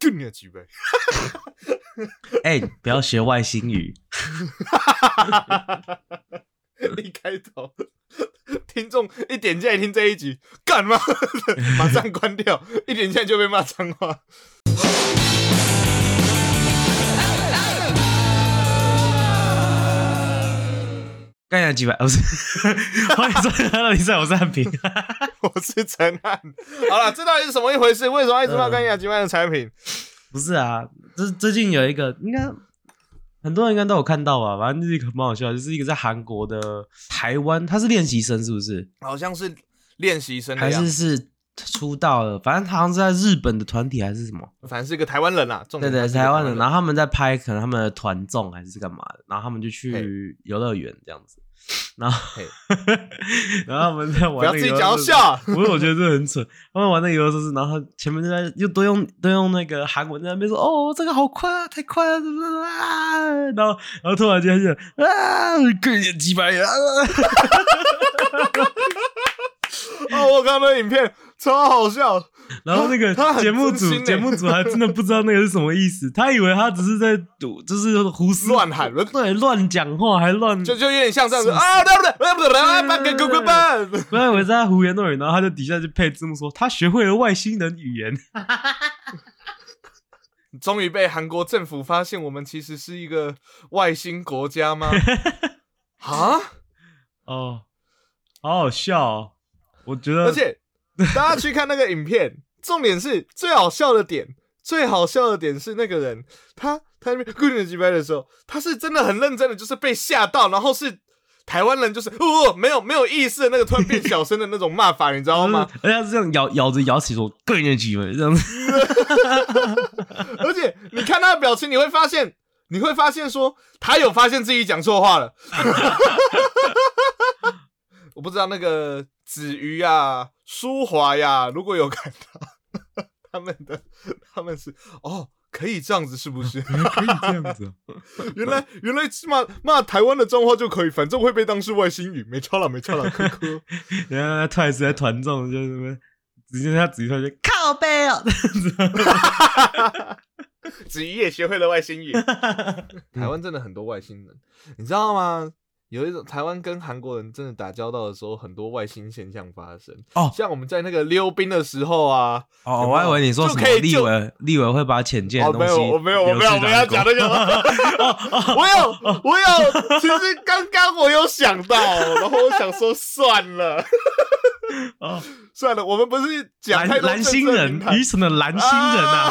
更你的几倍。 不要学外星语。 一开头，听众一点进来听这一集，干嘛？马上关掉，一点进来就被骂脏话。 干呀几百，不是，欢迎收听《乐比赛》，我是汉平， 我是陈汉。好了，这到底是什么一回事？为什么一直骂干呀几百的产品？ 不是啊，最近有一个，应该很多人应该都有看到吧？反正就是一个蛮好笑的，就是一个在韩国的台湾，他是练习生，是不是？ 好像是练习生的还样子， 是出道了？反正他好像是在日本的团体还是什么？ 反正是一个台湾人啦。 对对，台湾人。然后他们在拍可能他们的团综还是干嘛的，然后他们就去游乐园这样子。然后然后他们在玩那个游乐设施，不要自己讲笑。 我觉得这很蠢。他们玩那个游乐设施，然后前面在又都用那个韩文在那边说：“哦，这个好快啊，太快了，怎么啊？”然后突然间就啊，更演几百人。 哦，我看到那影片超好笑。 然后那个节目组还真的不知道那个是什么意思，他以为他只是在赌，就是胡思乱喊， 对，乱讲话，还乱就有点像这样子啊，对不对？ 不然以为在胡言乱语，然后他就底下就配字幕说他学会了外星人语言。 终于被韩国政府发现，我们其实是一个外星国家吗？啊？ 哦，好好笑哦！我觉得， 而且大家去看那个影片，重点是最好笑的点是那个人，他那边滚了几拍的时候，他是真的很认真的，就是被吓到，然后是台湾人就是没有意识的那个突然变小声的那种骂法，你知道吗？ 而且他是这样咬起说滚了几拍这样子。 而且你看他的表情，你会发现说他有发现自己讲错话了。我不知道那个子瑜啊、舒华呀，如果有看到他们是可以这样子是不是？ 可以这样子。 原来骂台湾的脏话就可以，反正会被当是外星语，没差了，科科。 然后他突然是在团众，就是什么，直接他子瑜突然就靠背哦， 子瑜也学会了外星语。台湾真的很多外星人，你知道吗？有一种台湾跟韩国人真的打交道的时候，很多外星现象发生。像我们在那个溜冰的时候啊， 我还以为你说什么立委会把潜舰的东西， 我没有要讲那个。我有，其实刚刚我有想到，然后我想说算了，算了，我们不是讲太多蓝星人，愚蠢的蓝星人啊！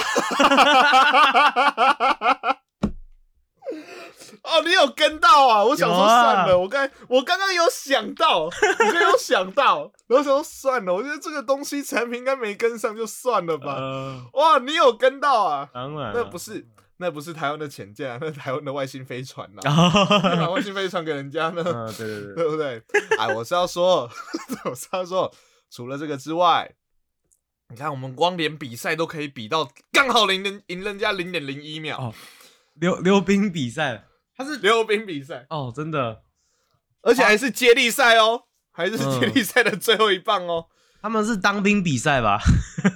你有跟到啊？我想说算了，我刚刚有想到，然后想说算了，我觉得这个东西产品应该没跟上，就算了吧。哇，你有跟到啊？ 当然， 那不是台湾的潜舰啊，那是台湾的外星飞船啊，把外星飞船给人家呢？对，对不对？我是要说，除了这个之外，你看我们光连比赛都可以比到刚好赢人家0.01秒。 溜冰比赛。 它是溜冰比赛真的， 而且还是接力赛还是接力赛的最后一棒他们是当兵比赛吧？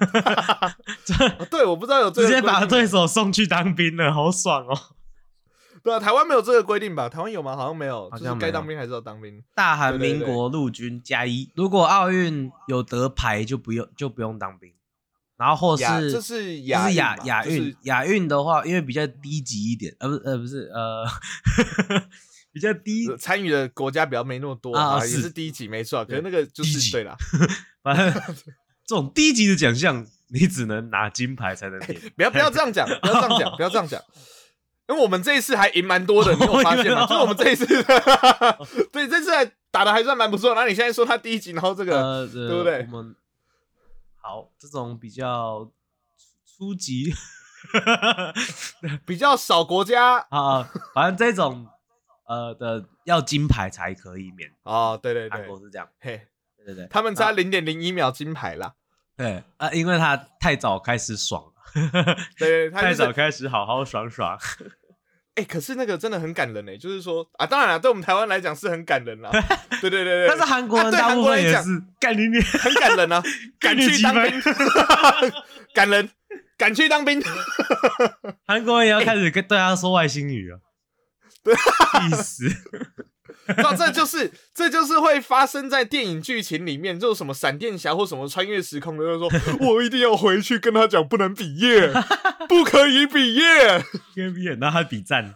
对，我不知道有这个直接把对手送去当兵了，好爽哦！ 对啊，台湾没有这个规定吧？台湾有吗？好像没有，就是该当兵还是要当兵。 大韩民国陆军+1，如果奥运有得牌就不用当兵。然后或是这是亚运的话，因为比较低级一点，不是比较低， 参与的国家比较没那么多也是低级没错，可是那个就是对啦， 反正这种低级的奖项，你只能拿金牌才能领。 不要这样讲，不要这样讲。因为我们这一次还赢蛮多的，你有发现吗？就是我们这一次，对，这次还打的还算蛮不错。然后你现在说他低级，然后这个，对不对？ 我们好，这种比较初级， 比较少国家反正这种的要金牌才可以免。 对， 韩国是这样，对， 他们差0.01秒金牌啦。 对因为他太早开始爽了， 对， 太早开始好好爽。 可是那个真的很感人就是说当然啦，对我们台湾来讲是很感人啦，对。 但是韩国人大部分也是干你， 很感人啊，敢去当兵，感人。 敢去当兵。 韩国人也要开始跟对他说外星语啊， 对， 意思。 这就是会发生在电影剧情里面，就是什么闪电侠或什么穿越时空的，就是说我一定要回去跟他讲，不能比耶，不可以比耶， 然后他比战，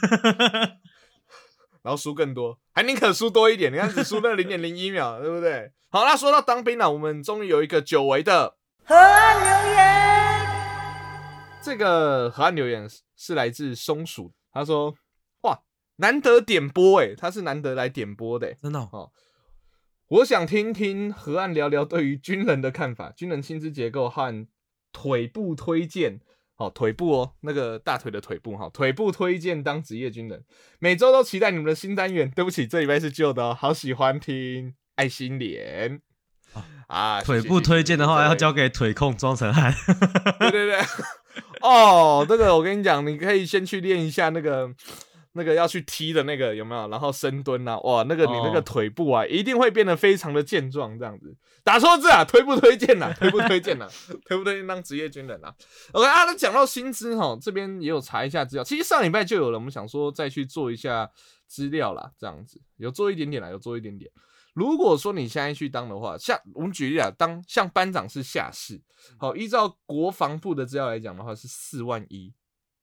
然后输更多，还宁可输多一点。你看只输那 0.01 秒，对不对？好，那说到当兵了，我们终于有一个久违的河岸留言。 这个河岸留言是来自松鼠，他说：哇，难得点播他是难得来点播的真的哦。我想听听河岸聊聊对于军人的看法，军人薪资结构和腿部推荐。腿部那个大腿的腿部腿部推荐当职业军人，每周都期待你们的新单元。对不起，这礼拜是旧的好喜欢听，爱心脸啊！ 腿部推荐的话，要交给腿控庄成汉。 对对对，这个我跟你讲，你可以先去练一下那个要去踢的那个有没有？然后深蹲啊，哇，你那个腿部啊，一定会变得非常的健壮，这样子。打错字啊，推不推荐啊？推不推荐啊？推不推荐当职业军人啊 ？OK 啊，那讲到薪资这边也有查一下资料。其实上礼拜就有了，我们想说再去做一下资料啦，这样子有做一点点啦，有做一点点。如果说你现在去当的话，我们举例啊，像班长是下士，依照国防部的资料来讲的话是41000。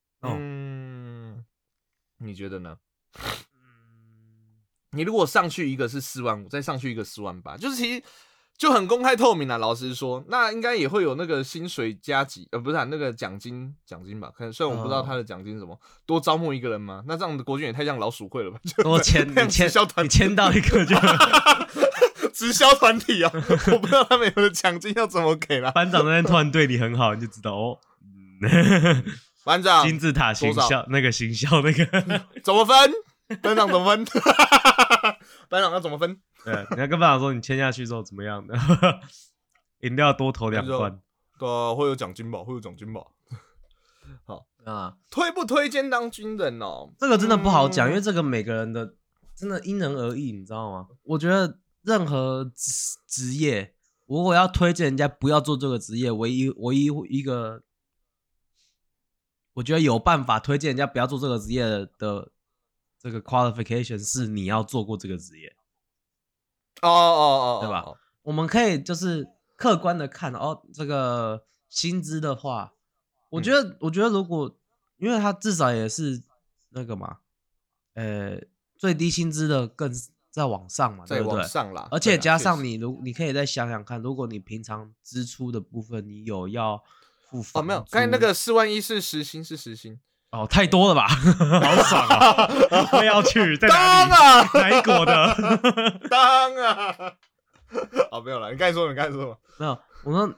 你觉得呢？你如果上去一个是45000，再上去一个48000，就是其实就很公开透明啦。老实说，那应该也会有那个薪水加级，不是那个奖金吧？可能虽然我不知道他的奖金是什么，多招募一个人吗？那这样的国军也太像老鼠会了吧？ 多签你签到一个就直销团体啊，我不知道他们有的奖金要怎么给啦。 班长那边突然对你很好，你就知道哦。 班长金字塔行销那个行销那个怎么分？班长怎么分？班长要怎么分？ 对，你要跟班长说你签下去之后怎么样的？饮料多投2罐。 对啊，会有奖金吧？好啊，推不推荐当军人哦？ 这个真的不好讲，因为这个每个人的真的因人而异，你知道吗？我觉得任何职业，如果要推荐人家不要做这个职业，唯一一个。我觉得有办法推荐人家不要做这个职业的这个 qualification 是你要做过这个职业，对吧？我们可以就是客观的看这个薪资的话，我觉得如果因为他至少也是那个嘛，最低薪资的更在往上嘛，对不对？ 在往上啦， 而且加上你可以再想想看，如果你平常支出的部分你有要。 没有，刚才那个41000是时薪太多了吧，好爽啊！我也要去，在哪里？ 当啊， 哪一国的？ 当啊！没有了，你刚才说什没有，我说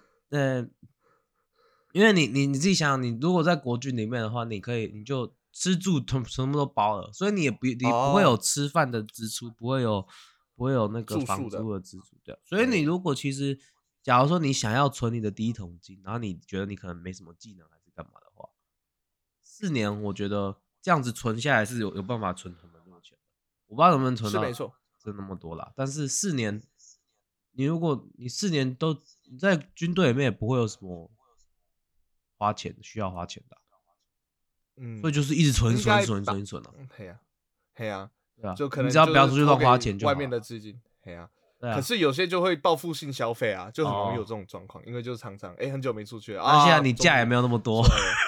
因为你自己想想，你如果在国军里面的话，你就吃住全部都包了，所以你不会有吃饭的支出，不会有那个房租的支出，对。所以你如果其实。假如说你想要存你的第一桶金，然后你觉得你可能没什么技能还是干嘛的话，4年我觉得这样子存下来是有办法存很多钱。我不知道能不能存到真那么多啦，但是4年，如果你4年都你在军队里面也不会有什么需要花钱的，所以就是一直存啊。 对啊， 就可能你只要不要出去乱花钱就好。 外面的资金，可是有些就会报复性消费啊，就很容易有这种状况，因为就是常常很久没出去了啊。现在你假也没有那么多。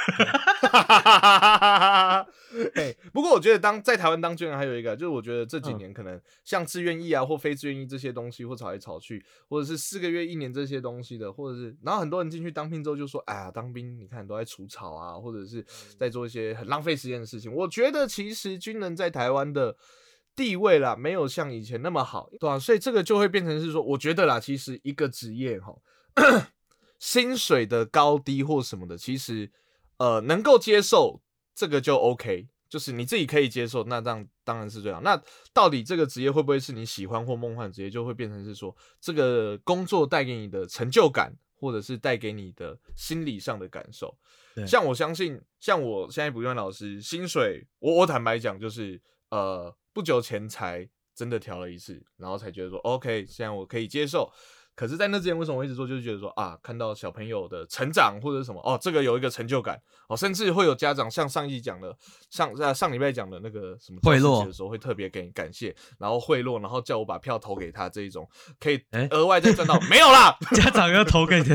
不过我觉得在台湾当军人还有一个，就是我觉得这几年可能像志愿役啊或非志愿役这些东西，或吵来吵去，或者是4个月1年这些东西的，或者是然后很多人进去当兵之后就说，哎呀，当兵你看都在除草啊，或者是在做一些很浪费时间的事情。我觉得其实军人在台湾的地位啦，没有像以前那么好，对吧？所以这个就会变成是说，我觉得啦，其实一个职业薪水的高低或什么的，其实能够接受这个就 OK， 就是你自己可以接受，那这样当然是最好。那到底这个职业会不会是你喜欢或梦幻的职业，就会变成是说，这个工作带给你的成就感，或者是带给你的心理上的感受。像我相信，像我现在补习班老师薪水，我坦白讲就是不久前才真的调了一次，然后才觉得说 OK， 现在我可以接受。 可是，在那之前，为什么我一直做，就是觉得说啊，看到小朋友的成长或者什么，这个有一个成就感甚至会有家长像上一集讲的，上礼拜讲的那个什么贿赂的时候，会特别给你感谢，然后贿赂，然后叫我把票投给他这一种，可以额外再赚到，没有啦， 家长要投给你，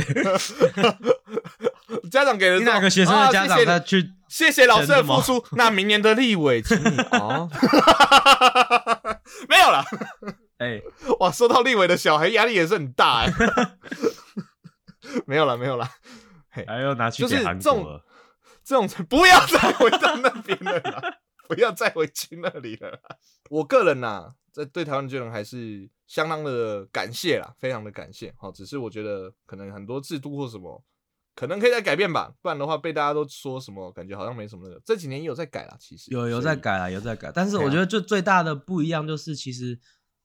家长给了哪个学生的家长他去， 谢谢老师的付出，那明年的立委，请你没有啦。哇，收到立委的小孩压力也是很大没有啦， 还要拿去给韩国了， 这种不要再回到那边了啦，不要再回去那里了啦。我个人在对台湾的军人还是相当的感谢啦，非常的感谢。只是我觉得可能很多制度或什么，可能可以再改变吧，不然的话被大家都说什么，感觉好像没什么那个。这几年也有在改啦，其实有在改啦，有在改。但是我觉得就最大的不一样就是，其实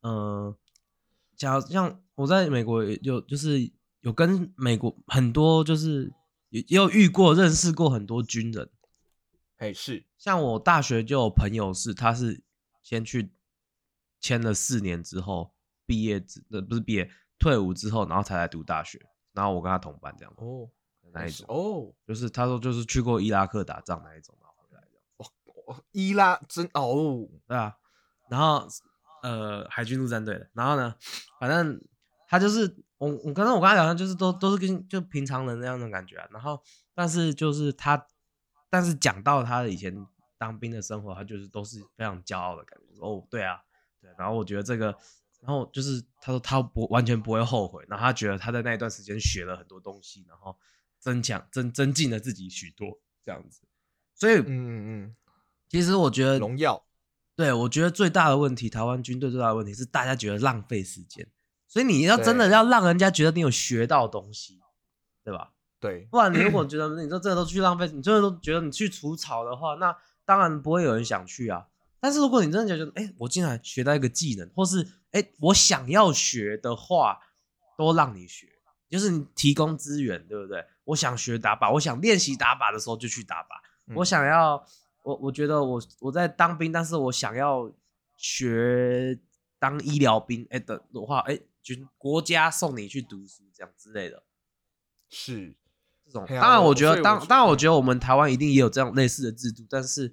像我在美国就是有跟美国很多就是也有遇过认识过很多军人， 是像我大学就有朋友他是先去签了4年之后不是毕业退伍之后，然后才来读大学，然后我跟他同班这样那一种就是他说就是去过伊拉克打仗那一种，然后回来这样伊拉真对啊，然后海军陆战队的，然后呢，反正他就是我跟他聊天就是都是跟就平常人那样的感觉然后但是讲到他的以前当兵的生活，他就是都是非常骄傲的感觉，对啊，对，然后我觉得这个，然后就是他说他完全不会后悔，然后他觉得他在那一段时间学了很多东西，然后增进了自己许多这样子，所以其实我觉得荣耀。 对，我觉得最大的问题，台湾军队最大的问题是大家觉得浪费时间，所以你要真的要让人家觉得你有学到东西，对吧？ 对， 不然你如果觉得你这真的都去浪费，你真的都觉得你去除草的话，那当然不会有人想去啊。但是如果你真的觉得，我竟然学到一个技能，或是我想要学的话，都让你学，就是你提供资源，对不对？我想学打靶，我想练习打靶的时候就去打靶，我想要。我觉得我在当兵，但是我想要学当医疗兵的话，国家送你去读书这样之类的， 是这种。当然，我觉得当然，我觉得我们台湾一定也有这样类似的制度，但是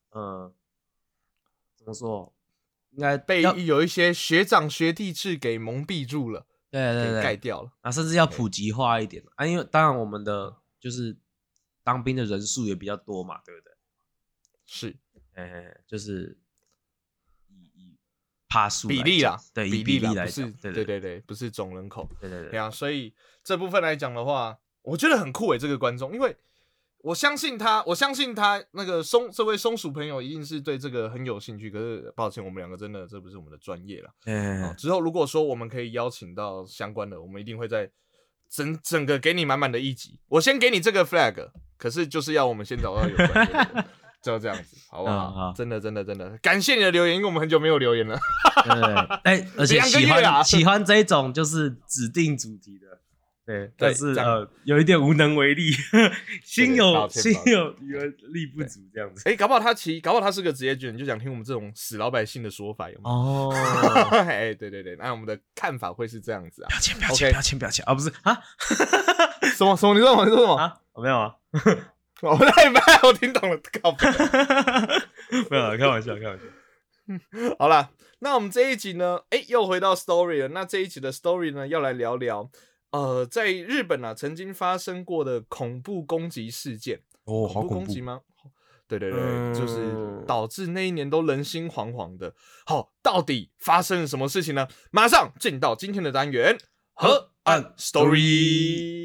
怎么说，应该被有一些学长学弟制给蒙蔽住了， 对， 给盖掉了甚至要普及化一点因为当然我们的就是当兵的人数也比较多嘛，对不对？ 是， 就是以趴数比例啦， 对， 以比例来讲，对，不是总人口， 对所以这部分来讲的话，我觉得很酷这个观众，因为我相信他那个这位松鼠朋友一定是对这个很有兴趣，可是抱歉，我们两个真的这不是我们的专业啦。之后如果说我们可以邀请到相关的，我们一定会在整个给你满满的一集。我先给你这个 flag， 可是就是要我们先找到有专业的人。就这样子，好不好？真的，感谢你的留言，因为我们很久没有留言了。 对，而且喜欢这一种就是指定主题的，对，但是有一点无能为力，心有余而力不足这样子。 搞不好他是个职业军人，就想听我们这种死老百姓的说法，有吗？对，那我们的看法会是这样子啊。 表情啊，不是啊？ 什么？你说什么啊？我没有啊。 我听懂了，靠北。 没有，开玩笑。 好啦，那我们这一集呢，又回到 story 了。那这一集的 story 呢，要来聊聊，在日本曾经发生过的恐怖攻击事件。 恐怖攻击吗？对，就是导致那一年都人心惶惶的。到底发生了什么事情呢？马上进到今天的单元河岸 story。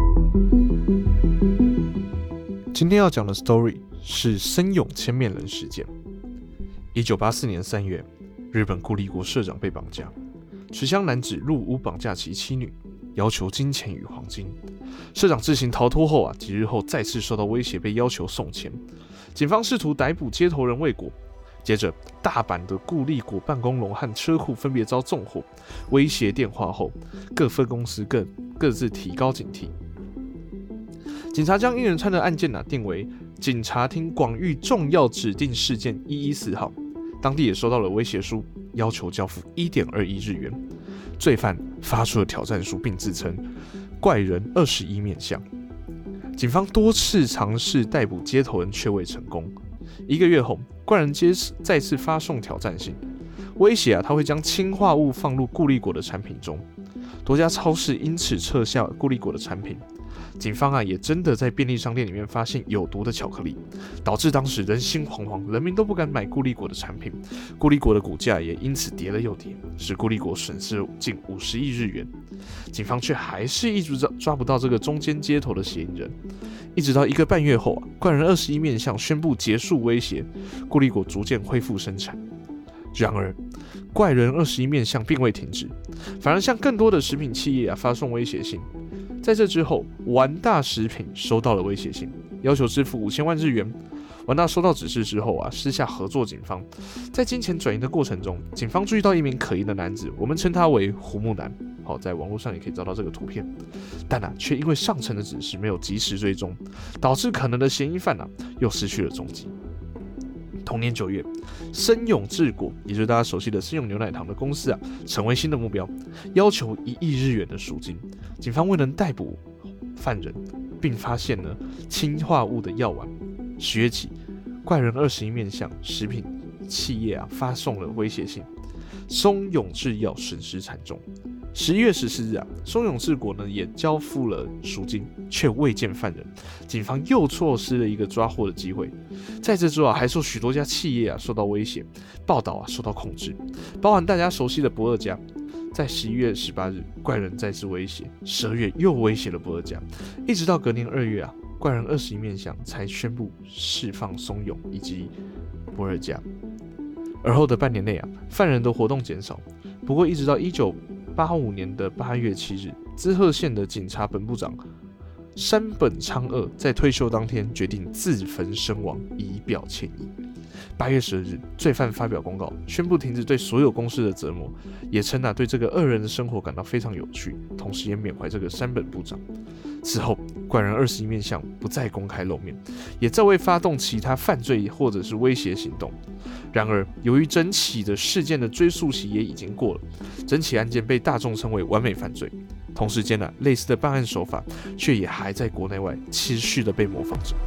今天要讲的 story 是森永千面人事件。1984年3月，日本固力国社长被绑架，持枪男子入屋绑架其妻女，要求金钱与黄金。社长自行逃脱后几日后再次受到威胁，被要求送钱。警方试图逮捕接头人未果。接着，大阪的固力国办公楼和车库分别遭纵火，威胁电话后，各分公司各自提高警惕。警察将一连串的案件定为警察厅广域重要指定事件114号，当地也收到了威胁书，要求交付1.21日元。 罪犯发出了挑战书，并自称怪人21面相。警方多次尝试逮捕街头人，却未成功。1个月后，怪人再次发送挑战信，威胁他会将氰化物放入固力果的产品中。多家超市因此撤下固力果的产品。警方也真的在便利商店里面发现有毒的巧克力，导致当时人心惶惶，人民都不敢买固力果的产品。固力果的股价也因此跌了又跌，使固力果损失近50亿日元。警方却还是一直抓不到这个中间接头的嫌疑人。一直到1个半月后，怪人21面相宣布结束威胁，固力果逐渐恢复生产。然而，怪人21面相并未停止，反而向更多的食品企业发送威胁信。在这之后，丸大食品收到了威胁信，要求支付5000万日元。丸大收到指示之后私下合作警方。在金钱转移的过程中，警方注意到一名可疑的男子，我们称他为胡木男。在网络上也可以找到这个图片，但却因为上层的指示没有及时追踪，导致可能的嫌疑犯又失去了踪迹。同年9月，森永制果，也就是大家熟悉的森永牛奶糖的公司成为新的目标，要求1亿日元的赎金。警方未能逮捕犯人，并发现了氰化物的药丸。10月起，怪人21面相食品企业发送了威胁信，松永制药损失惨重。11月14日松永制果也交付了赎金，却未见犯人。警方又错失了一个抓获的机会。在这之后还受许多家企业受到威胁，报道受到控制，包含大家熟悉的不二家。在11月18日，怪人再次威胁，12月又威胁了不二家，一直到隔年2月怪人21面相才宣布释放松永以及不二家。而后的半年内犯人的活动减少。不过，一直到1985年的8月7日，滋贺县的警察本部长山本昌二在退休当天决定自焚身亡，以表歉意。8月12日，罪犯发表公告，宣布停止对所有公司的折磨，也称对这个2人的生活感到非常有趣，同时也缅怀这个山本部长。此后，怪人21面相不再公开露面，也再未发动其他犯罪或者是威胁行动。然而，由于整起的事件的追诉期也已经过了，整起案件被大众称为完美犯罪。同时间类似的办案手法却也还在国内外持续的被模仿着。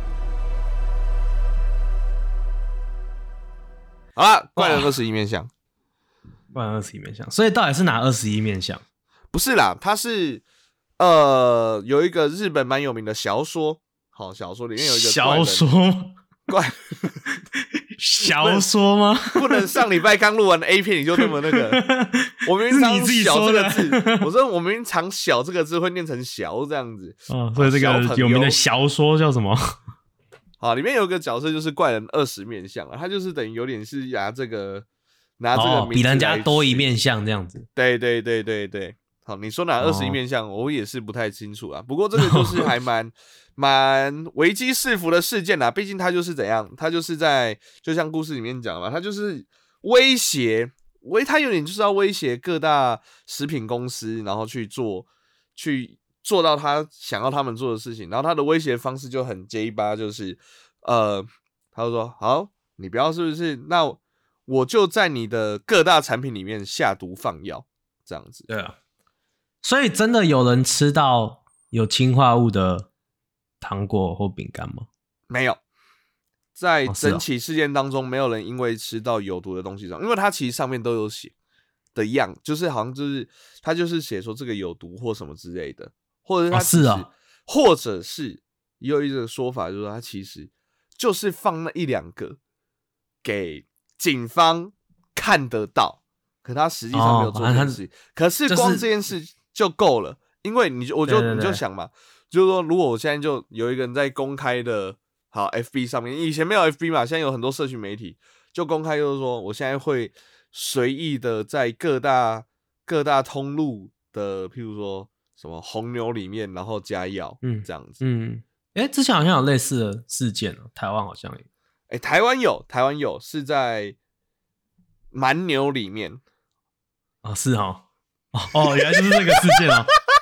好了，怪人21面相， 怪人21面相，所以到底是哪21面相？ 不是啦，它是有一个日本蛮有名的小说，小说里面有一个小说怪小说吗？ 不能上礼拜刚录完的 A 片你就那么那个。我明明常小这个字，我说我明明常小这个字会念成小这样子。 所以这个有名的小说叫什么？ 好，里面有一个角色就是怪人20面相他就是等于有点是拿这个名字比人家多一面相这样子。 对对对对对。好，你说哪21面相，我也是不太清楚不过这个就是还蛮危机四伏的事件毕竟他就是怎样，他就是就像故事里面讲嘛，他就是威胁，他有点就是要威胁各大食品公司，然后去做到他想要他们做的事情。然后他的威胁方式就很 J8，就是他就说好，你不要是不是？那我就在你的各大产品里面下毒放药，这样子。 对啊。所以真的有人吃到有氰化物的糖果或饼干吗？ 没有，在整起事件当中，没有人因为吃到有毒的东西上，因为它其实上面都有写的样，就是好像就是它就是写说这个有毒或什么之类的，或者是它其实或者是也有一个说法，就是说它其实就是放那1-2个给警方看得到，可他实际上没有做这件事。可是光这件事就够了，因为你就想嘛，就是说，如果我现在就有一个人在公开的FB 上面，以前没有 FB 嘛，现在有很多社群媒体就公开，就是说我现在会随意的在各大通路的，譬如说什么红牛里面，然后加药，这样子。 之前好像有类似的事件台湾好像有。 台湾有是在蛮牛里面。 是原来就是这个事件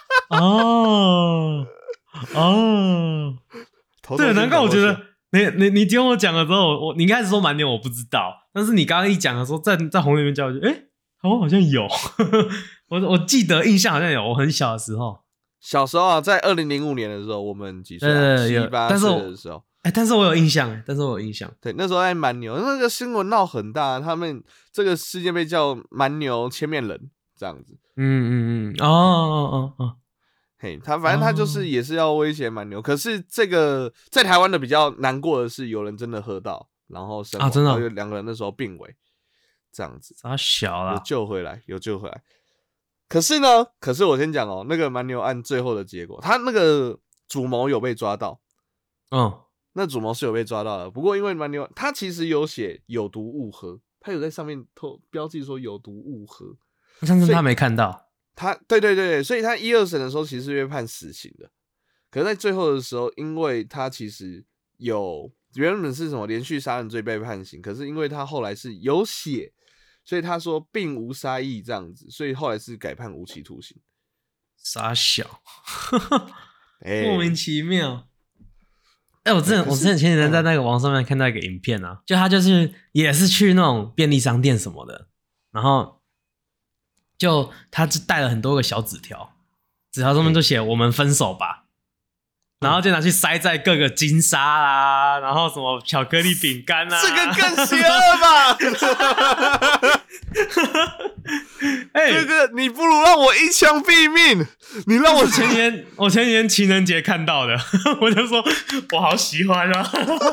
对，难怪我觉得你听我讲的时候，你一开始说蛮牛我不知道，但是你刚刚一讲的时候，在红里面叫我就台湾好像有，我记得印象好像有，我很小的时候。 小时候啊，在2005年的时候，我们几岁？7、8岁的时候。 但是我有印象， 对，那时候在蛮牛，那个新闻闹很大，他们这个事件被叫蛮牛千面人这样子。嘿，反正他就是也是要威胁蛮牛，可是这个在台湾的比较难过的是，有人真的喝到，然后身亡， 真的， 然后有2个人那时候病危，这样子。 傻小啦， 有救回来。可是我先讲那个蛮牛案最后的结果，他那个主谋有被抓到，那主谋是有被抓到的。不过因为蛮牛他其实有写有毒勿喝，他有在上面标记说有毒勿喝， 但是他没看到。 对，所以他1、2审的时候其实是被判死刑的。可是在最后的时候，因为他其实原本是什么连续杀人罪被判刑，可是因为他后来是有血，所以他说并无杀意这样子，所以后来是改判无期徒刑。 傻小，莫名其妙。我之前前几天在那个网上面看到一个影片啊，就他就是也是去那种便利商店什么的，然后就他就带了很多个小纸条，纸条上面就写我们分手吧，然后就拿去塞在各个金沙啦，然后什么巧克力饼干啊， 这个更邪恶吧？这个你不如让我一枪毙命，你让我我前年情人节看到的，我就说我好喜欢啊。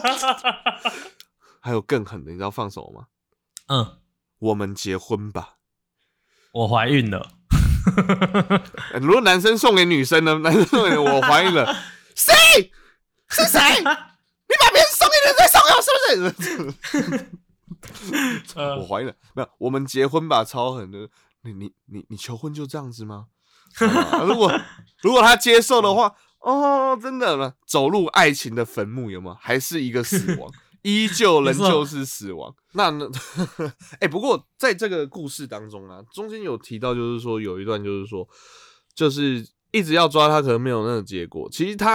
还有更狠的，你知道放什么吗？我们结婚吧。 我怀孕了。 如果男生送给女生呢？男生送给我怀孕了，谁？是谁？你把别人送给人再送给我，是不是？我怀孕了，没有？我们结婚吧，超狠的。你求婚就这样子吗？如果他接受的话，真的吗？走入爱情的坟墓有没有？还是一个死亡，依旧仍旧是死亡。不过在这个故事当中啊，中间有提到，就是说有一段，就是说，就是一直要抓他，可能没有那个结果。其实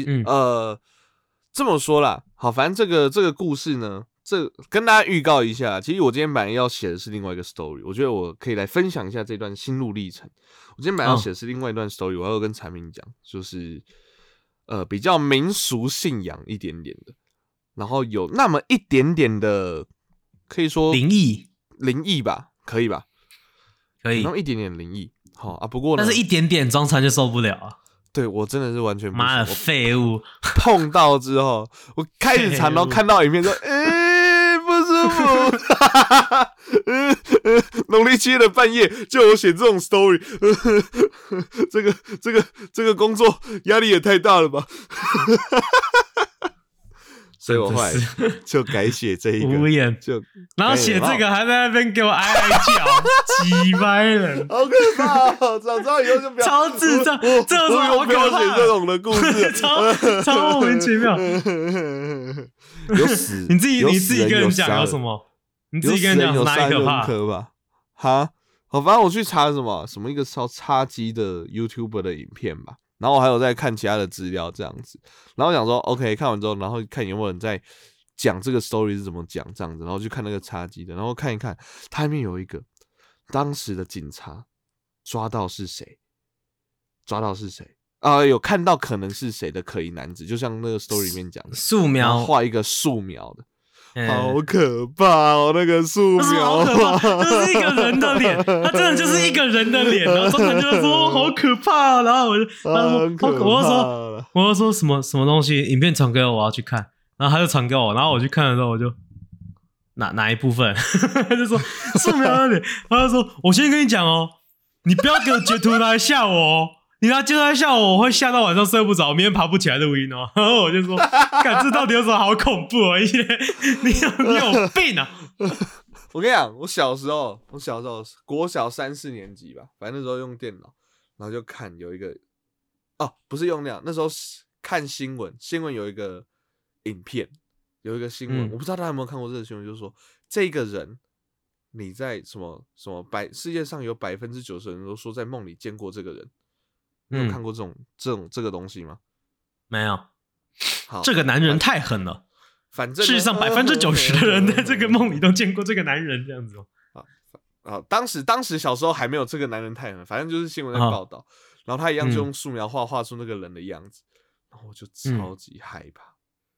这么说啦，好，反正这个故事呢。跟大家预告一下，其实我今天本来要写的是另外一个 story， 我觉得我可以来分享一下这段心路历程。我今天本来要写的是另外一段 story， 我要跟产品讲，就是比较民俗信仰一点点的，然后有那么一点点的，可以说灵异吧，可以吧？可以，那么一点点灵异，好啊。不过呢， 但是一点点装餐就受不了啊。 对，我真的是完全不行， 妈的废物！ 碰到之后，我开始查，然后看到影片说，不舒服。农历7月的半夜就有写这种 story， 这个工作压力也太大了吧。所以我后来就改写这一个， 无言，然后写这个还在那边给我哀哀叫，鸡掰人， 好可怕哦！早知道以后就不要， 超智障，这有什么好可怕？ 写这种的故事， 超莫名其妙。 有死， 你自己一个人讲有什么？你自己一个人讲哪里可怕？ 哈，好，反正我去查什么一个超插机的 YouTuber 的影片吧。然后我还有在看其他的资料这样子，然后想说 OK 看完之后，然后看有没有人在讲这个 story 是怎么讲这样子，然后去看那个插机的，然后看一看，它里面有一个当时的警察抓到是谁有看到可能是谁的可疑男子，就像那个 story 里面讲的， 素描画一个素描的。好可怕哦！那个素描， 就是一个人的脸，他真的就是一个人的脸。然后中传就说好可怕、啊，然后我就说什么东西，影片传给我，我要去看。然后他就传给我，然后我去看的时候，我就哪一部分，他就说素描的脸，他就说我先跟你讲哦，你不要给我截图来吓我哦。你拿截图来吓我，我会吓到晚上睡不着，明天爬不起来录音哦。然后我就说，看这到底有什么好恐怖哦？你有病啊！ 我跟你讲，我小时候国小3、4年级吧，反正那时候用电脑，然后就看有一个不是用那时候看新闻有一个影片，有一个新闻，我不知道大家有没有看过这个新闻，就是说这个人你在什么世界上有90%的人都说在梦里见过这个人。你有看过这个东西吗？ 没有。 好， 这个男人太狠了。 反正世界上90%的人在这个梦里都见过这个男人，这样子。 当时小时候还没有这个男人太狠，反正就是新闻在报道，然后他一样就用素描画出那个人的样子，然后我就超级害怕。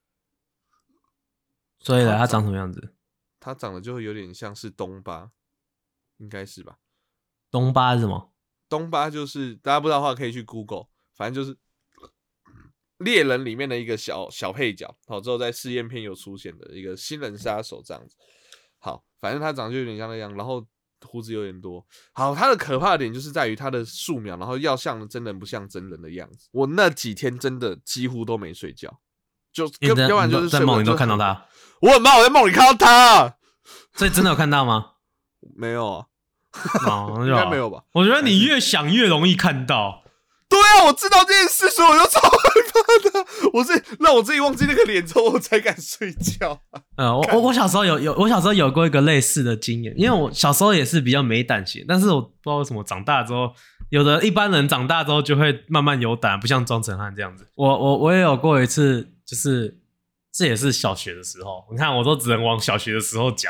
所以呢，他长什么样子？ 他长得就有点像是东巴，应该是吧？ 东巴是什么？ 东巴就是大家不知道的话可以去 Google， 反正就是猎人里面的一个小配角，好，之后在试验片有出现的一个新人杀手这样子。好，反正他长得就有点像那样，然后胡子有点多。好，他的可怕的点就是在于他的素描，然后要像真人不像真人的样子。我那几天真的几乎都没睡觉，就要不然就是在梦里都看到他。 我很怕我在梦里看到他， 所以真的有看到吗？ 没有啊， 应该没有吧？ 我觉得你越想越容易看到。 对啊，我知道这件事，所以我就超害怕的。我是让我自己忘记那个脸之后，我才敢睡觉。 我小时候我小时候有过一个类似的经验，因为我小时候也是比较没胆型，但是我不知道为什么长大之后，有的一般人长大之后就会慢慢有胆，不像庄成汉这样子。我也有过一次，就是这也是小学的时候，你看我都只能往小学的时候讲。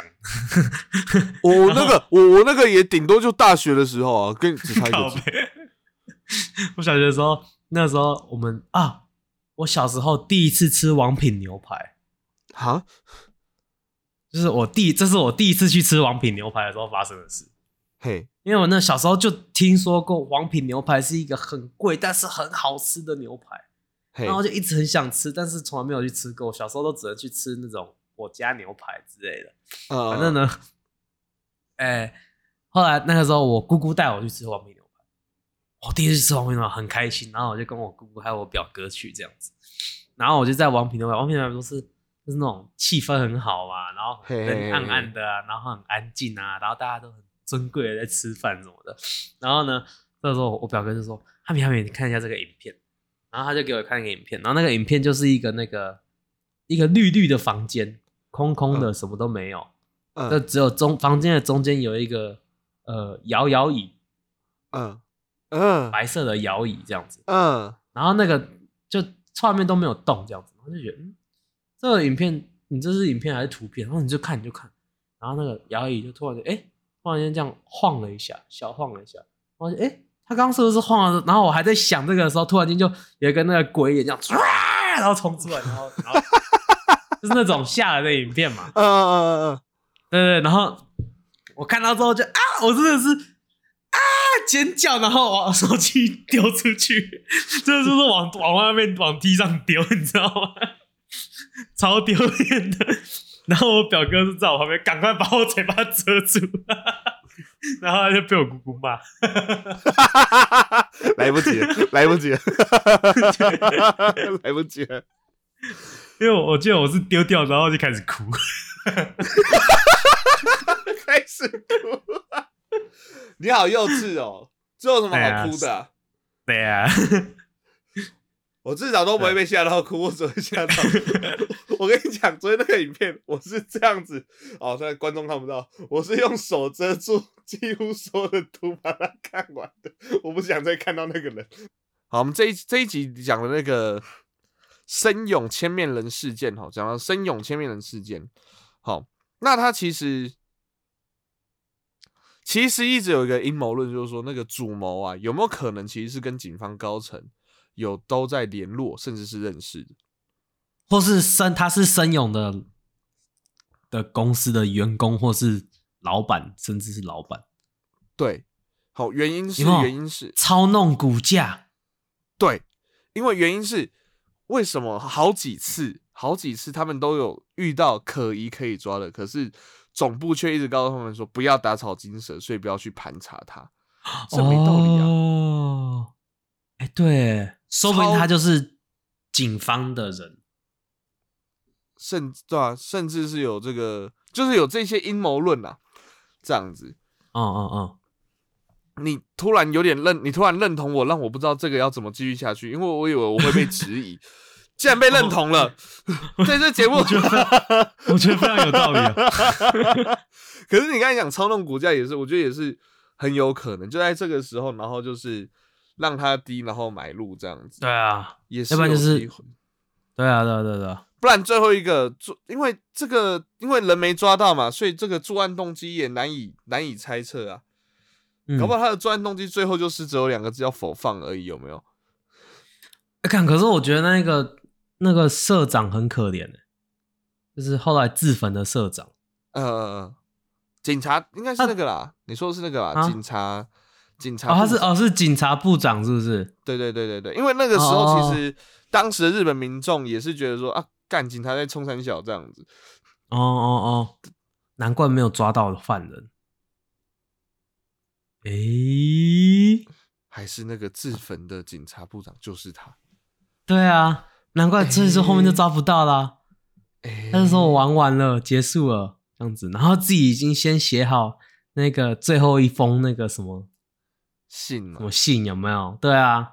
我那个也顶多就大学的时候啊，跟只差一个字。 我小学的时候，那时候我小时候第一次吃王品牛排， 哈， 这是我第一次去吃王品牛排的时候发生的事。 嘿， 因为我那小时候就听说过王品牛排是一个很贵但是很好吃的牛排，然后就一直很想吃，但是从来没有去吃过。小时候都只能去吃那种我家牛排之类的。反正呢，后来那个时候我姑姑带我去吃王品牛排。我第一次吃王品牛排很开心，然后我就跟我姑姑还有我表哥去这样子，然后我就在王品牛排都是就是那种气氛很好嘛，然后灯暗暗的啊，然后很安静啊，然后大家都很尊贵的在吃饭什么的。然后呢，这时候我表哥就说：“哈米，你看一下这个影片。”然后他就给我看一个影片，然后那个影片就是一个绿绿的房间，空空的，什么都没有，就只有房间的中间有一个摇摇椅，白色的摇椅这样子，然后那个就画面都没有动这样子，然后就觉得这个影片你这是影片还是图片？然后你就看，然后那个摇椅就突然间这样晃了一下，小晃了一下，然后就他刚刚是不是晃了？然后我还在想这个的时候，突然间就有一个那个鬼眼这样，然后冲出来，然后就是那种吓人的影片嘛，对，然后我看到之后就我真的是。尖叫，然后往手机丢出去，就是往外面往地上丢，你知道吗？超丢脸的。然后我表哥是在我旁边，赶快把我嘴巴遮住，然后他就被我姑姑骂。 来不及了， 因为我记得我是丢掉，然后就开始哭， 开始哭。你好幼稚哦，这有什么好哭的？ 对啊， 我至少都不会被吓到哭，我只会吓到。我跟你讲，昨天那个影片我是这样子现在观众看不到，我是用手遮住几乎所有的图把它看完的，我不想再看到那个人。好，我们这一集讲的那个森永千面人事件，讲到森永千面人事件，好，那他其实一直有一个阴谋论，就是说那个主谋啊，有没有可能其实是跟警方高层都在联络，甚至是认识的， 或是他是森永的公司的员工，或是老板，甚至是老板。 对，好，原因是操弄股价。 对，因为原因是为什么好几次他们都有遇到可疑可以抓的，可是总部却一直告诉他们说不要打草惊蛇，所以不要去盘查他，这没道理啊。 对，说不定他就是警方的人， 甚至是有这个，就是有这些阴谋论啊，这样子。你突然认同我，让我不知道这个要怎么继续下去，因为我以为我会被质疑。既然被认同了，在这节目我觉得非常有道理啊。 可是你刚才讲操弄股价也是，我觉得也是很有可能，就在这个时候，然后就是让它低，然后买入这样子。 对啊， 也是， 要不然就是对啊。 不然最后一个因为人没抓到嘛，所以这个作案动机也难以猜测啊。搞不好他的作案动机最后就是只有2个字，叫否放而已，有没有？ 可是我觉得那个社长很可怜的，就是后来自焚的社长。 警察应该是那个啦，你说的是那个啦，警察。 他是警察部长是不是？ 对，因为那个时候其实当时的日本民众也是觉得说啊，干警察在冲三小这样子。 难怪没有抓到犯人。 还是那个自焚的警察部长就是他。 对啊，难怪这时候后面就抓不到啦。他就说我玩完了，结束了这样子，然后自己已经先写好那个最后一封那个什么信嘛， 什么信有没有？对啊，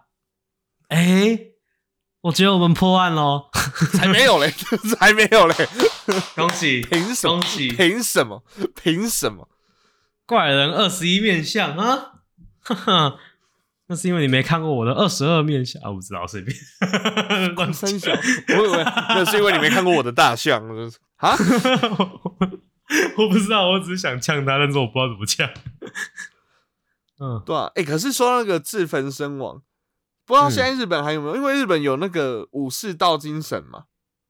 我觉得我们破案咯。 才没有嘞，才没有嘞！ 恭喜， 凭什么？ 恭喜， 凭什么？凭什么？ 怪人21面相啊！哈哈，那是因为你没看过我的22面相啊！我不知道，随便。 关三小，我以为那是因为你没看过我的大象啊！ 我不知道，我只是想呛他，但是我不知道怎么呛。 对啊，可是说那个自焚身亡，不知道现在日本还有没有？因为日本有那个武士道精神嘛。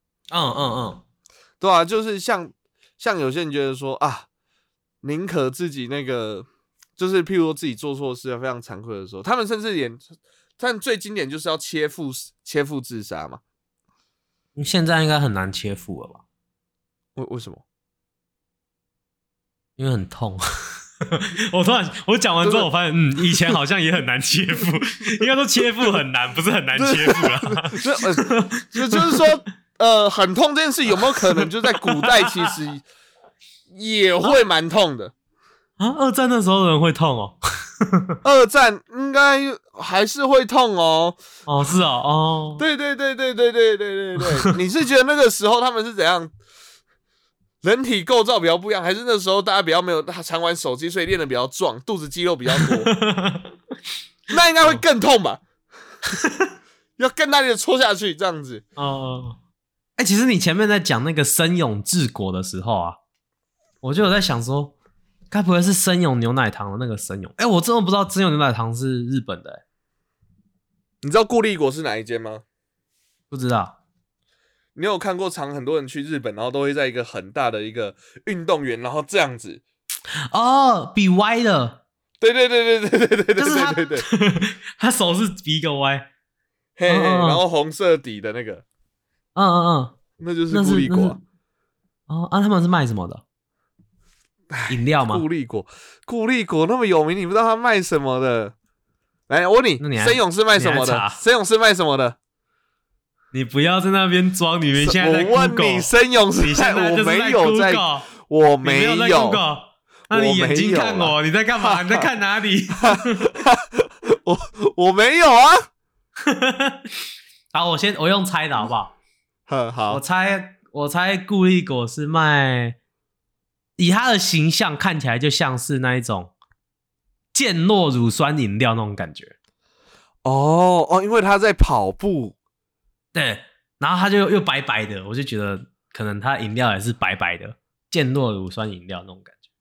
对啊，就是像有些人觉得说啊，宁可自己那个，就是譬如说自己做错事非常惭愧的时候，他们甚至但最经典就是要切腹自杀嘛。 现在应该很难切腹了吧？ 为什么？ 因为很痛。我讲完之后，我发现，以前好像也很难切腹，应该说切腹很难，不是很难切腹啊。 就是说，很痛这件事有没有可能就在古代其实也会蛮痛的啊？二战的时候人会痛哦。 二战应该还是会痛哦。 是哦， 对，你是觉得那个时候他们是怎样？人体构造比较不一样，还是那时候大家比较没有常玩手机，所以练得比较壮，肚子肌肉比较多？那应该会更痛吧？要更大力的戳下去，这样子。 其实你前面在讲那个森永治国的时候啊，我就有在想说，该不会是森永牛奶糖的那个森永？我真的不知道森永牛奶糖是日本的。 你知道固力果是哪一间吗？ 不知道。 你有看过很多人去日本，然后都会在一个很大的一个运动园，然后这样子比歪的， 对， 就是他手是比一个歪， 然后红色底的那个，那就是固力果。 他们是卖什么的？饮料吗？ 固力果那么有名，你不知道他卖什么的？来，我问你，森永是卖什么的？森永是卖什么的？ 你不要在那边装，你们现在在 Google。 我问你，森永是在？我没有在，我没有。 那你眼睛看我，你在干嘛？你在看哪里？ 我没有啊。 好，我用猜的好不好？ 好， 我猜固力果是卖，以他的形象看起来就像是那一种健诺乳酸饮料那种感觉。 因为他在跑步。 对，然后他就又白白的，我就觉得可能他饮料也是白白的，健诺乳酸饮料那种感觉。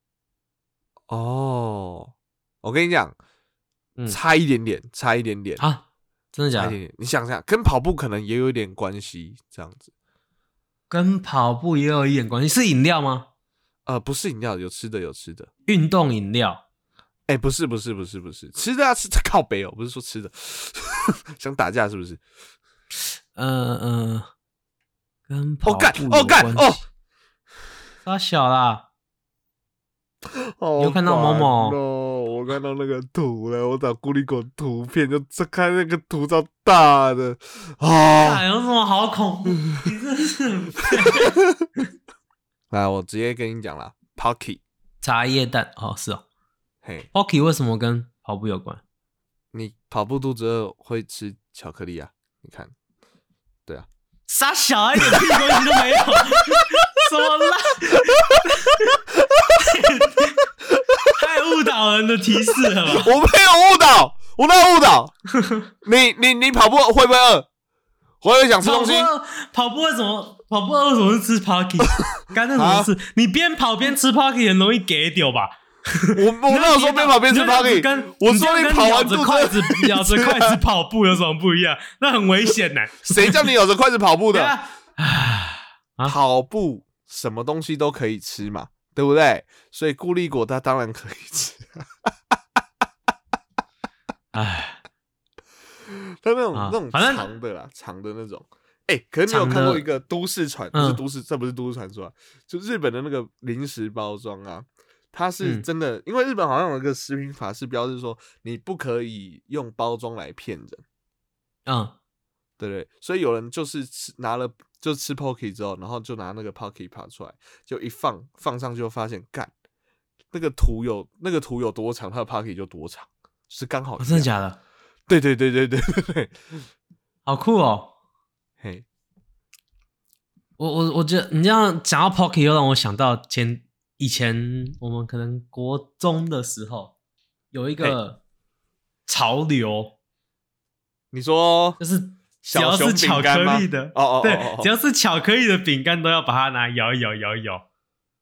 我跟你讲，差一点点啊，真的假的？ 你想想，跟跑步可能也有一点关系，这样子。 跟跑步也有一点关系，是饮料吗？ 不是饮料，有吃的。 运动饮料。 不是，吃的吃的靠北不是说吃的，想打架是不是？ 跟跑步有关系。傻小啦！你有看到某某？ 我看到那个图了，我找固力果图片，就看那个图超大的有什么好恐怖？你真是很废。 来，我直接跟你讲啦 ，Pocky 茶叶蛋是哦。 Pocky 为什么跟跑步有关？ 你跑步肚子饿会吃巧克力啊？你看。对啊， 傻小一点屁关系都没有，什么啦？太误导人的提示了吧？ 我没有误导，我哪有误导？你跑步会不会饿？ 我也想吃东西。 跑步为什么是吃 Pocky？ 干那什么事？你边跑边吃 Pocky 很容易给掉吧？ 我那时候边跑边吃 Pocky， 我说你跑完肚子咬着筷子跑步有什么不一样？那很危险呢。 谁叫你咬着筷子跑步的？跑步什么东西都可以吃嘛，对不对？所以固力果它当然可以吃。 哎， 它那种长的啦，长的那种。可是你有看过一个都市传，不是都市，这不是都市传说啊，就日本的那个零食包装啊，它是真的，因为日本好像有一个食品法是标示说，你不可以用包装来骗人。对不对？所以有人就是就吃 Pocky 之后，然后就拿那个 Pocky 爬出来，就一放上去，就发现干那个图有多长，它的 Pocky 就多长，是刚好。 真的假的？ 对， 好酷哦！ 嘿， 我觉得你这样讲到 Pocky， 又让我想到以前我们可能国中的时候有一个潮流， 你说就是只要是巧克力的，对，只要是巧克力的饼干都要把它拿来摇一摇。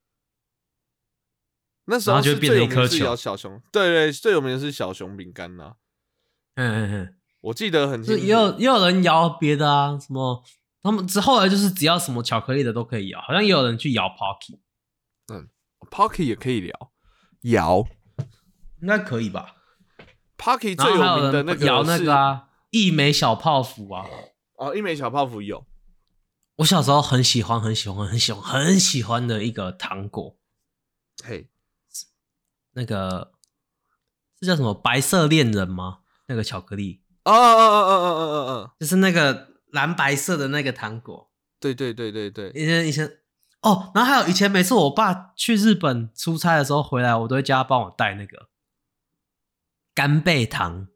那时候就变成一颗球。 小熊，对，最有名的是小熊饼干呐。我记得很清楚。 也有人摇别的啊，什么他们后来就是只要什么巧克力的都可以摇，好像也有人去摇 Pocky。 Pocky 也可以摇， 应该可以吧 ？Pocky 最有名的那个摇那个啊，一枚小泡芙啊。 一枚小泡芙有。 我小时候很喜欢的一个糖果。 嘿， 那个这叫什么白色恋人吗？那个巧克力就是那个蓝白色的那个糖果。 对， 以前然后还有以前每次我爸去日本出差的时候回来，我都会叫他帮我带那个干贝糖。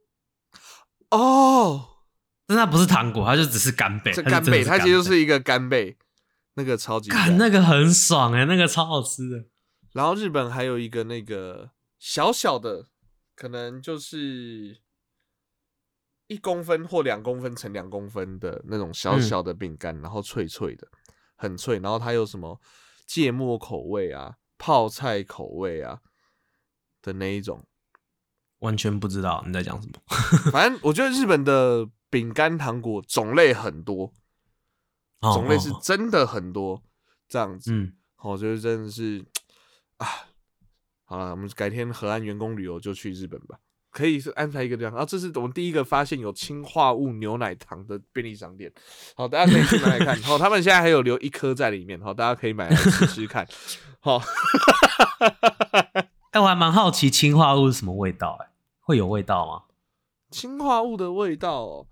但它不是糖果，它就只是干贝。 它其实就是一个干贝，那个超级干， 那个很爽那个超好吃的。 然后日本还有一个那个小小的，可能就是1公分或2公分乘2公分的那种小小的饼干，然后脆脆的，很脆。然后它有什么芥末口味啊、泡菜口味啊的那一种， 完全不知道你在讲什么。 反正我觉得日本的饼干糖果种类很多，种类是真的很多，这样子。我觉得真的是好了，我们改天河岸员工旅游就去日本吧，可以安排一个地方。这是我们第一个发现有氢化物牛奶糖的便利商店。好，大家可以去买来看。他们现在还有留1颗在里面，大家可以买来试试看。好， 我还蛮好奇氢化物是什么味道，会有味道吗？ 氢化物的味道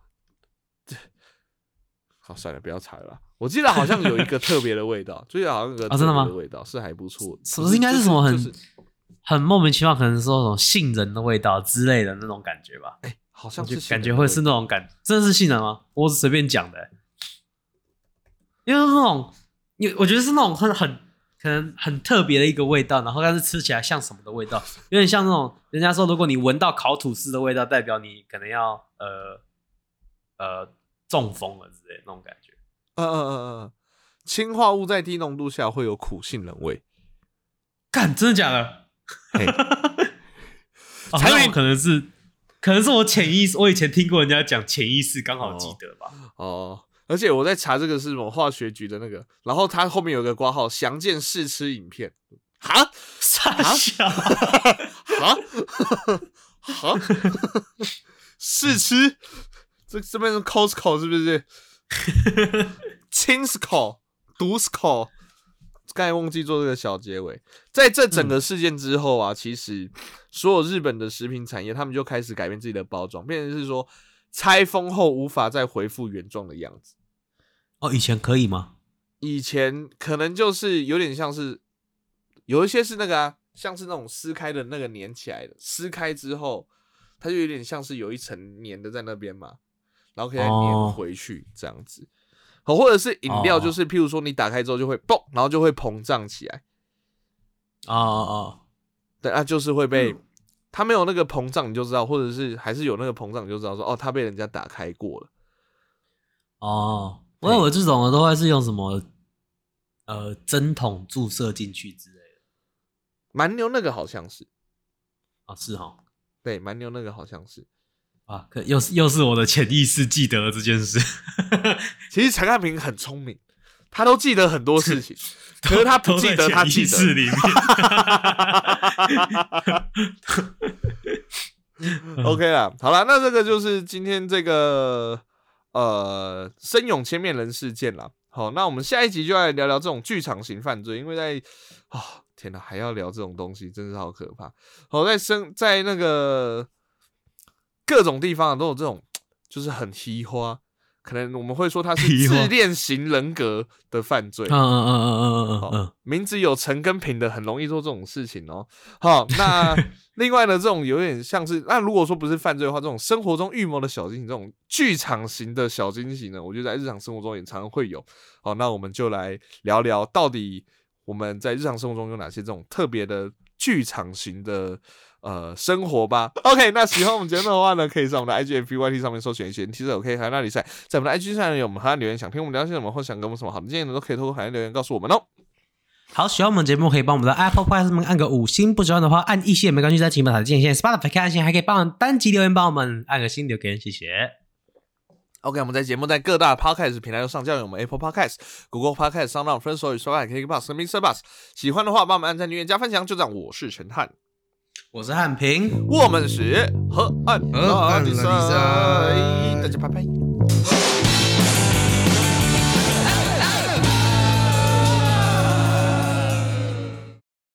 好，算了，不要猜了。我记得好像有一个特别的味道，真的吗？味道是还不错的。 是不是应该是什么很莫名其妙，可能说什么杏仁的味道之类的那种感觉吧？ 好像是感觉会是那种感觉，真的是杏仁吗？我是随便讲的，因为那种，我觉得是那种可能很特别的一个味道，然后但是吃起来像什么的味道，有点像那种人家说，如果你闻到烤吐司的味道，代表你可能要中风了之类的那种感觉。 氢化物在低浓度下会有苦杏仁味。 干，真的假的？那我可能是我潜意识，我以前听过人家讲潜意识，刚好记得吧。 而且我在查这个是什么化学局的那个，然后它后面有个括号详见试吃影片。 傻笑试吃，这边是 Costco 是不是？Costco、Dusco， 刚才忘记做这个小结尾。在这整个事件之后啊，其实所有日本的食品产业，他们就开始改变自己的包装，变成是说拆封后无法再恢复原状的样子。 以前可以吗？ 以前可能就是有点像是有一些是那个像是那种撕开的那个粘起来的，撕开之后它就有点像是有一层粘的在那边嘛，然后可以再粘回去这样子。或者是饮料，就是譬如说你打开之后就会嘣，然后就会膨胀起来。对，就是会被它没有那个膨胀你就知道，或者是还是有那个膨胀你就知道说它被人家打开过了。 哦，我以为这种的都会是用什么针筒注射进去之类的。 蛮牛那个好像是啊，是齁， 对，蛮牛那个好像是啊，又是我的潜意识记得了这件事。 其实陈汉平很聪明，他都记得很多事情，可是他不记得他记得。 潜意识里面。 OK 啦，好啦，那这个就是今天这个森永千面人事件啦。好，那我们下一集就来聊聊这种剧场型犯罪，因为在天哪，还要聊这种东西，真是好可怕。好，在那个各种地方都有这种，就是很稀花，可能我们会说它是自恋型人格的犯罪。名字有陈跟平的，很容易做这种事情哦。好，那另外呢，这种有点像是，那如果说不是犯罪的话，这种生活中预谋的小惊喜，这种剧场型的小惊喜呢，我觉得在日常生活中也常常会有。好，那我们就来聊聊到底我们在日常生活中有哪些这种特别的剧场型的生活吧。OK， 那喜欢我们节目的话呢，可以上我们的 IGFBYT 上面搜寻一些 TOK 海纳里赛，在我们的 IG 上有我们海南留言，想听我们聊些什么，或想给我们什么好的建议呢，都可以透过海南留言告诉我们哦。 好，喜欢我们节目可以帮我们的 Apple Podcast 上面按个5星，不喜欢的话按1星也没关系，在请把它键线 Spotify 可以按星，还可以帮我们单集留言，帮我们按个星留言，谢谢。 OK， 我们节目在各大 Podcast 平台都上架，有我们 Apple Podcast、Google Podcast、SoundOn、Firstory、Spotify、KKBox、Mixer Bus。喜欢的话，帮我们按赞、订阅、加分享。就这样，我是陈汉， 我是汉平， 我们是河岸拉力赛，大家拜拜。